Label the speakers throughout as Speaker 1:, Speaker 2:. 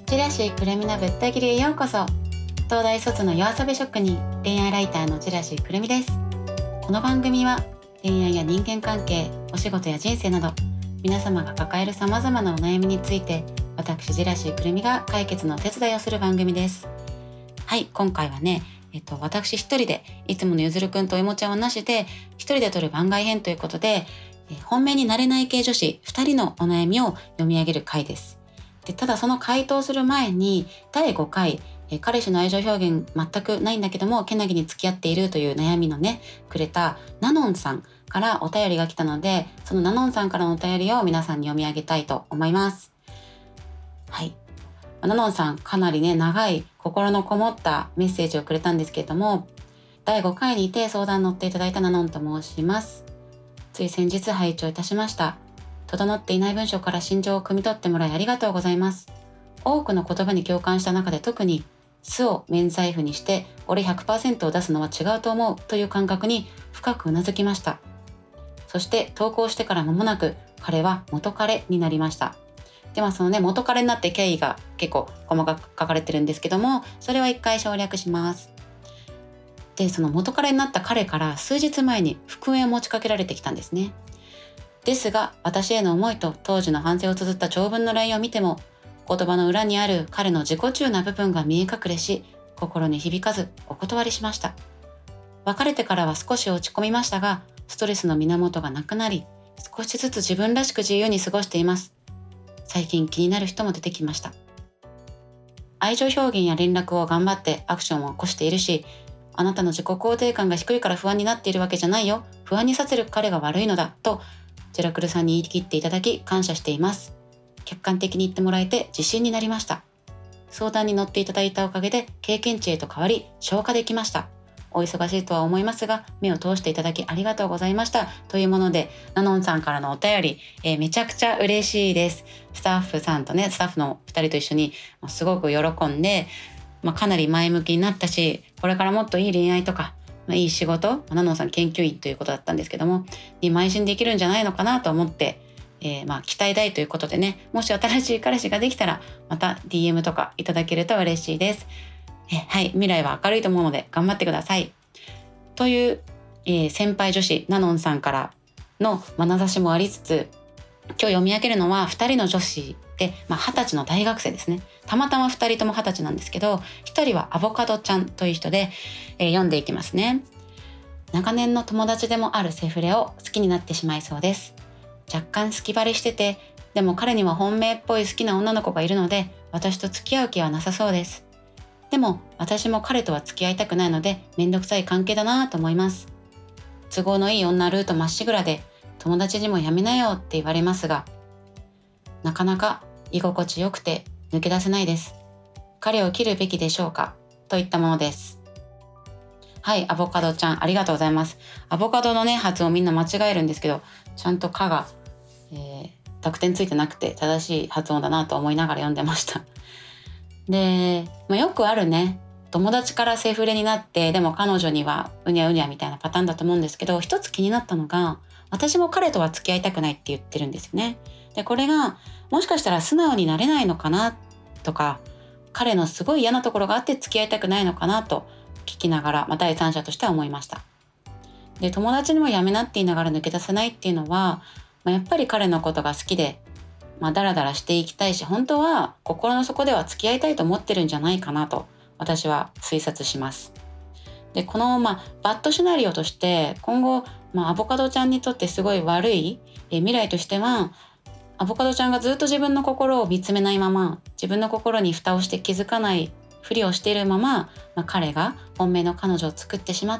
Speaker 1: ジェラシーくるみのぶった切りへようこそ。東大卒の夜遊び職人、恋愛ライターのジェラシーくるみです。この番組は恋愛や人間関係、お仕事や人生など皆様が抱える様々なお悩みについて、私ジェラシーくるみが解決のお手伝いをする番組です。はい、今回はね、私一人でいつものゆずるくんとおいもちゃんはなしで一人で撮る番外編ということで、本命になれない系女子2人のお悩みを読み上げる回です。でただその回答する前に第5回、彼氏の愛情表現全くないんだけどもけなぎに付き合っているという悩みのねくれたナノンさんからお便りが来たので、そのナノンさんからのお便りを皆さんに読み上げたいと思います。はい、ナノンさんかなりね長い心のこもったメッセージをくれたんですけれども、第5回にて相談乗っていただいたナノンと申します。つい先日拝聴いたしました。整っていない文章から心情を汲み取ってもらいありがとうございます。多くの言葉に共感した中で特に素を免罪符にして俺 100% を出すのは違うと思うという感覚に深くうなずきました。そして投稿してから間もなく彼は元彼になりました。でそのね元彼になって経緯が結構細かく書かれてるんですけども、それは一回省略します。でその元彼になった彼から数日前に復縁を持ちかけられてきたんですね。ですが私への思いと当時の反省を綴った長文の LINE を見ても言葉の裏にある彼の自己中な部分が見え隠れし、心に響かずお断りしました。別れてからは少し落ち込みましたが、ストレスの源がなくなり少しずつ自分らしく自由に過ごしています。最近気になる人も出てきました。愛情表現や連絡を頑張ってアクションを起こしているし、あなたの自己肯定感が低いから不安になっているわけじゃないよ、不安にさせる彼が悪いのだとジェラクルさんに言い切っていただき感謝しています。客観的に言ってもらえて自信になりました。相談に乗っていただいたおかげで経験値へと変わり消化できました。お忙しいとは思いますが目を通していただきありがとうございましたというもので、ナノンさんからのお便り、めちゃくちゃ嬉しいです。スタッフさんとねスタッフの2人と一緒にすごく喜んで、かなり前向きになったし、これからもっといい恋愛とかいい仕事、ナノンさん研究員ということだったんですけどもに邁進できるんじゃないのかなと思って、期待大ということでね、もし新しい彼氏ができたらまた DM とかいただけると嬉しいです。はい、未来は明るいと思うので頑張ってくださいという、先輩女子ナノンさんからの眼差しもありつつ、今日読み上げるのは2人の女子で、20歳の大学生ですね。たまたま2人とも20歳なんですけど、1人はアボカドちゃんという人で、読んでいきますね。長年の友達でもあるセフレを好きになってしまいそうです。若干好きバレしてて、でも彼には本命っぽい好きな女の子がいるので私と付き合う気はなさそうです。でも私も彼とは付き合いたくないのでめんどくさい関係だなと思います。都合のいい女ルートまっしぐらで友達にもやめなよって言われますが、なかなか居心地よくて抜け出せないです。彼を切るべきでしょうかといったものです。はい、アボカドちゃんありがとうございます。アボカドのね発音みんな間違えるんですけど、ちゃんとかが、濁点ついてなくて正しい発音だなと思いながら読んでました。で、よくあるね、友達からセフレになってでも彼女にはうにゃうにゃみたいなパターンだと思うんですけど、一つ気になったのが私も彼とは付き合いたくないって言ってるんですよね。でこれがもしかしたら素直になれないのかなとか、彼のすごい嫌なところがあって付き合いたくないのかなと聞きながら、第三者としては思いました。で友達にもやめなって言いながら抜け出せないっていうのは、やっぱり彼のことが好きで、ダラダラしていきたいし、本当は心の底では付き合いたいと思ってるんじゃないかなと私は推察します。でこの、バッドシナリオとして今後、アボカドちゃんにとってすごい悪い未来としては、アボカドちゃんがずっと自分の心を見つめないまま、自分の心に蓋をして気づかないふりをしているまま、彼が本命の彼女を作ってしまって、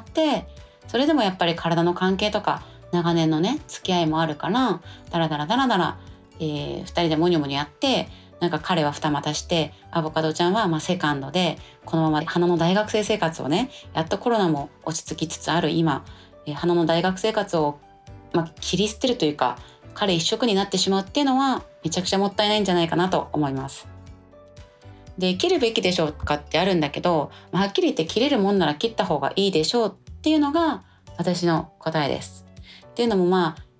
Speaker 1: それでもやっぱり体の関係とか長年のね付き合いもあるからダラダラ、2人でモニョモニョやって、彼は二股してアボカドちゃんはセカンドで、このまま花の大学生生活をね、やっとコロナも落ち着きつつある今、花の大学生活を、切り捨てるというか彼一色になってしまうっていうのはめちゃくちゃもったいないんじゃないかなと思います。で切るべきでしょうかってあるんだけど、はっきり言って切れるもんなら切った方がいいでしょうっていうのが私の答えです。っていうのも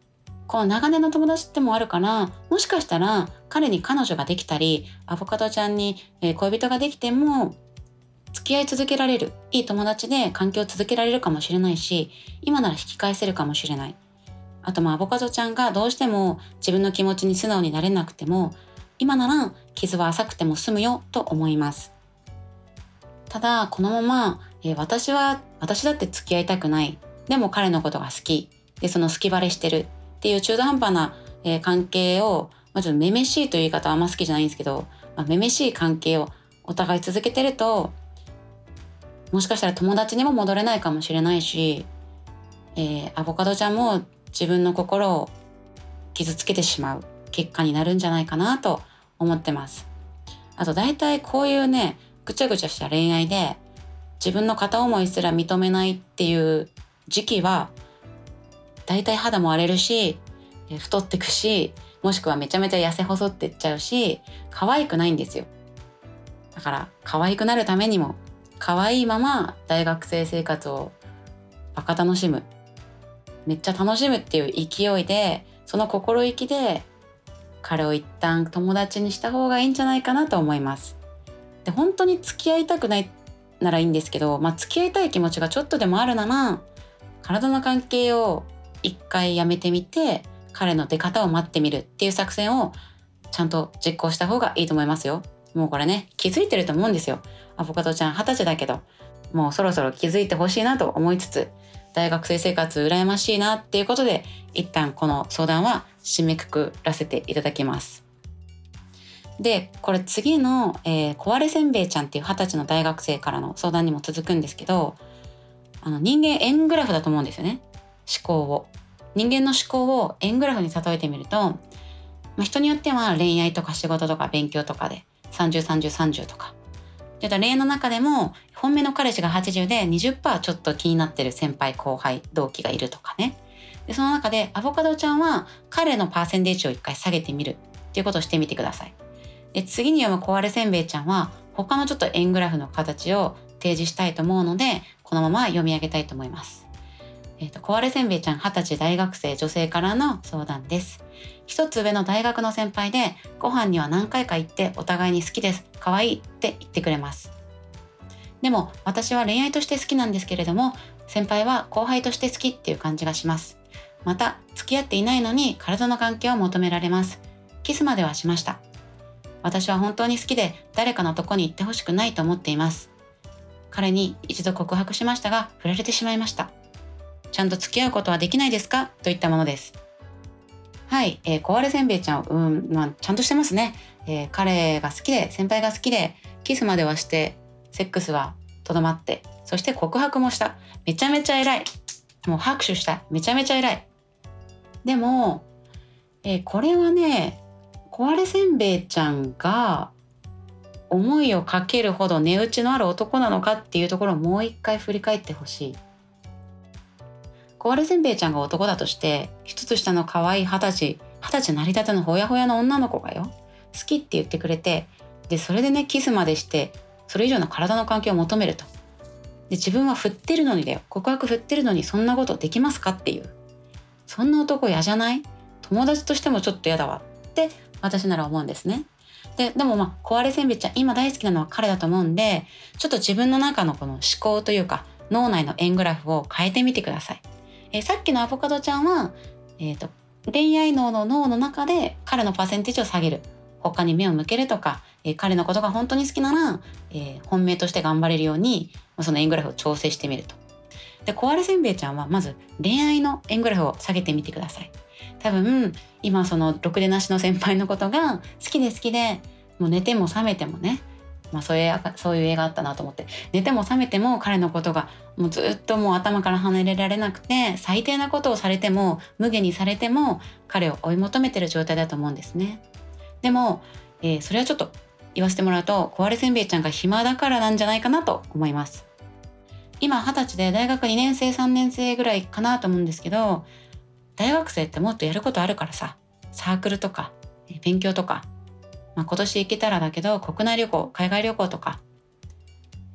Speaker 1: この長年の友達ってもあるから、もしかしたら彼に彼女ができたり、アボカドちゃんに恋人ができても付き合い続けられる、いい友達で関係を続けられるかもしれないし、今なら引き返せるかもしれない。あとアボカドちゃんがどうしても自分の気持ちに素直になれなくても、今なら傷は浅くても済むよと思います。ただこのまま、私だって付き合いたくない、でも彼のことが好きで、その好きバレしてるっていう中途半端な、関係を、ちょっとめめしいという言い方はあんま好きじゃないんですけど、めめしい関係をお互い続けてると、もしかしたら友達にも戻れないかもしれないし、アボカドちゃんも自分の心を傷つけてしまう結果になるんじゃないかなと思ってます。あと大体こういうね、ぐちゃぐちゃした恋愛で自分の片思いすら認めないっていう時期は、大体肌も荒れるし、太ってくし、もしくはめちゃめちゃ痩せ細ってっちゃうし、可愛くないんですよ。だから可愛くなるためにも、可愛いまま大学生生活をバカ楽しむ、めっちゃ楽しむっていう勢いで、その心意気で彼を一旦友達にした方がいいんじゃないかなと思います。で、本当に付き合いたくないならいいんですけど、付き合いたい気持ちがちょっとでもあるなら、体の関係を一回やめてみて、彼の出方を待ってみるっていう作戦をちゃんと実行した方がいいと思いますよ。もうこれね、気づいてると思うんですよ。アボカドちゃん20歳だけど、もうそろそろ気づいてほしいなと思いつつ、大学生生活羨ましいなっていうことで、一旦この相談は締めくくらせていただきます。で、これ次の、壊れせんべいちゃんっていう20歳の大学生からの相談にも続くんですけど、人間円グラフだと思うんですよね。人間の思考を円グラフに例えてみると、人によっては恋愛とか仕事とか勉強とかで30、30、30とか。で、恋愛の中でも本命の彼氏が80で 20% ちょっと気になってる先輩後輩同期がいるとかね。で、その中でアボカドちゃんは彼のパーセンテージを一回下げてみるっていうことをしてみてください。で、次に読む壊れせんべいちゃんは他のちょっと円グラフの形を提示したいと思うので、このまま読み上げたいと思います。壊れせんべいちゃん20歳大学生女性からの相談です。一つ上の大学の先輩で、ご飯には何回か行ってお互いに好きです、可愛いって言ってくれます。でも私は恋愛として好きなんですけれども、先輩は後輩として好きっていう感じがします。また付き合っていないのに体の関係を求められます。キスまではしました。私は本当に好きで誰かのとこに行ってほしくないと思っています。彼に一度告白しましたが振られてしまいました。ちゃんと付き合うことはできないですかといったものです。はい、壊れせんべいちゃん、ちゃんとしてますね。彼が好きで、先輩が好きで、キスまではして、セックスはとどまって、そして告白もした。めちゃめちゃ偉い。もう拍手した。めちゃめちゃ偉い。でも、これはね、壊れせんべいちゃんが思いをかけるほど値打ちのある男なのかっていうところをもう一回振り返ってほしい。壊れせんべいちゃんが男だとして、一つ下の可愛い20歳なりたてのほやほやの女の子がよ、好きって言ってくれて、でそれでねキスまでして、それ以上の体の関係を求めると。で自分は振ってるのにだよ、告白振ってるのにそんなことできますかっていう。そんな男嫌じゃない？友達としてもちょっと嫌だわって私なら思うんですね。でも壊れせんべいちゃん今大好きなのは彼だと思うんで、ちょっと自分の中のこの思考というか脳内の円グラフを変えてみてください。さっきのアボカドちゃんは、恋愛脳の脳の中で彼のパーセンテージを下げる、他に目を向けるとか、彼のことが本当に好きなら、本命として頑張れるようにその円グラフを調整してみると。で壊れせんべいちゃんはまず恋愛の円グラフを下げてみてください。多分今そのろくでなしの先輩のことが好きでもう寝ても覚めてもね、そういう映画あったなと思って、寝ても覚めても彼のことがもうずっともう頭から離れられなくて、最低なことをされても無下にされても彼を追い求めてる状態だと思うんですね。でも、それはちょっと言わせてもらうと、壊れせんべいちゃんが暇だからなんじゃないかなと思います。今20歳で大学2年生3年生ぐらいかなと思うんですけど、大学生ってもっとやることあるからさ、サークルとか勉強とか、今年行けたらだけど国内旅行、海外旅行とか、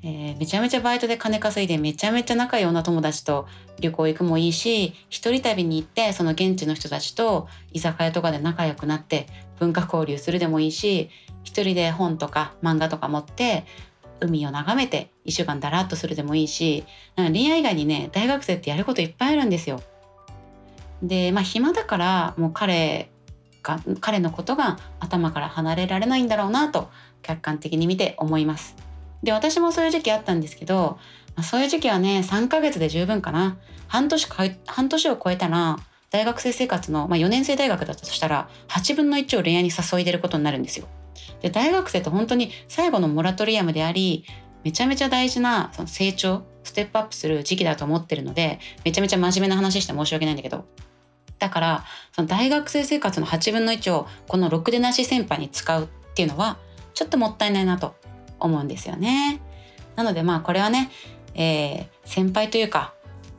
Speaker 1: めちゃめちゃバイトで金稼いでめちゃめちゃ仲いい女友達と旅行行くもいいし、一人旅に行ってその現地の人たちと居酒屋とかで仲良くなって文化交流するでもいいし、一人で本とか漫画とか持って海を眺めて1週間だらっとするでもいいし、恋愛以外にね、大学生ってやることいっぱいあるんですよ。で、暇だからもう彼のことが頭から離れられないんだろうなと客観的に見て思います。で、私もそういう時期あったんですけど、そういう時期はね、3ヶ月で十分かな。半年を超えたら、大学生生活の、4年生大学だったとしたら、8分の1を恋愛に注いでることになるんですよ。で、大学生って本当に最後のモラトリアムであり、めちゃめちゃ大事なその成長、ステップアップする時期だと思ってるので、めちゃめちゃ真面目な話して申し訳ないんだけど、だからその大学生生活の8分の1をこのろくでなし先輩に使うっていうのはちょっともったいないなと思うんですよね。なのでこれはね、先輩というか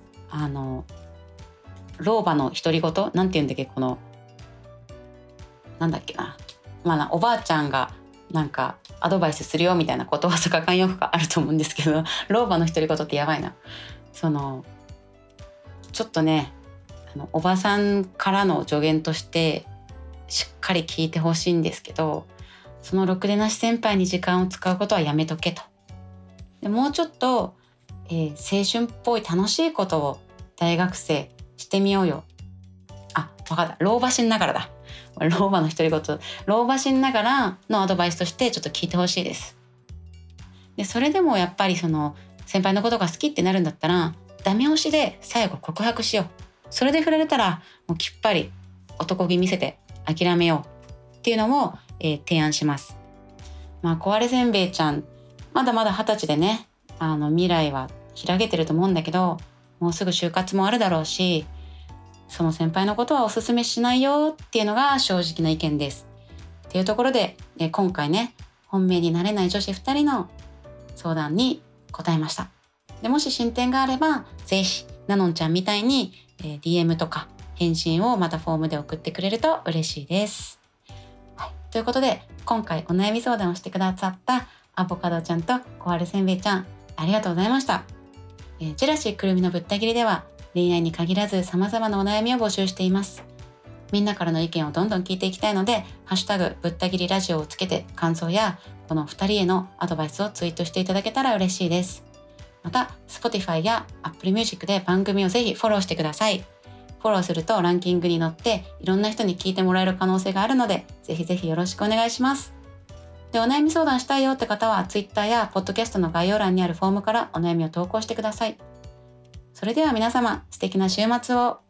Speaker 1: 老婆の独り言なんて言うんだっけ、このなんだっけな、おばあちゃんがなんかアドバイスするよみたいなことわざか慣用句があると思うんですけど、老婆の独り言ってやばいな。ちょっとね、おばさんからの助言としてしっかり聞いてほしいんですけど、そのろくでなし先輩に時間を使うことはやめとけと。でもうちょっと、青春っぽい楽しいことを大学生してみようよ。分かった、老婆心ながらだ。老婆の独り言、老婆心ながらのアドバイスとしてちょっと聞いてほしいです。で、それでもやっぱりその先輩のことが好きってなるんだったら、ダメ押しで最後告白しよう。それで振られたらもうきっぱり男気見せて諦めようっていうのを、提案します。壊れせんべいちゃん、まだまだ20歳でね、未来は開けてると思うんだけど、もうすぐ就活もあるだろうし、その先輩のことはおすすめしないよっていうのが正直な意見です。っていうところで、今回ね、本命になれない女子2人の相談に答えました。で、もし進展があればぜひなのんちゃんみたいに、DM とか返信をまたフォームで送ってくれると嬉しいです。はい、ということで今回お悩み相談をしてくださったアボカドちゃんと壊れせんべいちゃん、ありがとうございました。ジェラシーくるみのぶった切りでは恋愛に限らず様々なお悩みを募集しています。みんなからの意見をどんどん聞いていきたいので、ハッシュタグぶった切りラジオをつけて感想やこの2人へのアドバイスをツイートしていただけたら嬉しいです。また Spotify や Apple Music で番組をぜひフォローしてください。フォローするとランキングに乗っていろんな人に聞いてもらえる可能性があるので、ぜひぜひよろしくお願いします。で、お悩み相談したいよって方は Twitter や Podcast の概要欄にあるフォームからお悩みを投稿してください。それでは皆様、素敵な週末を。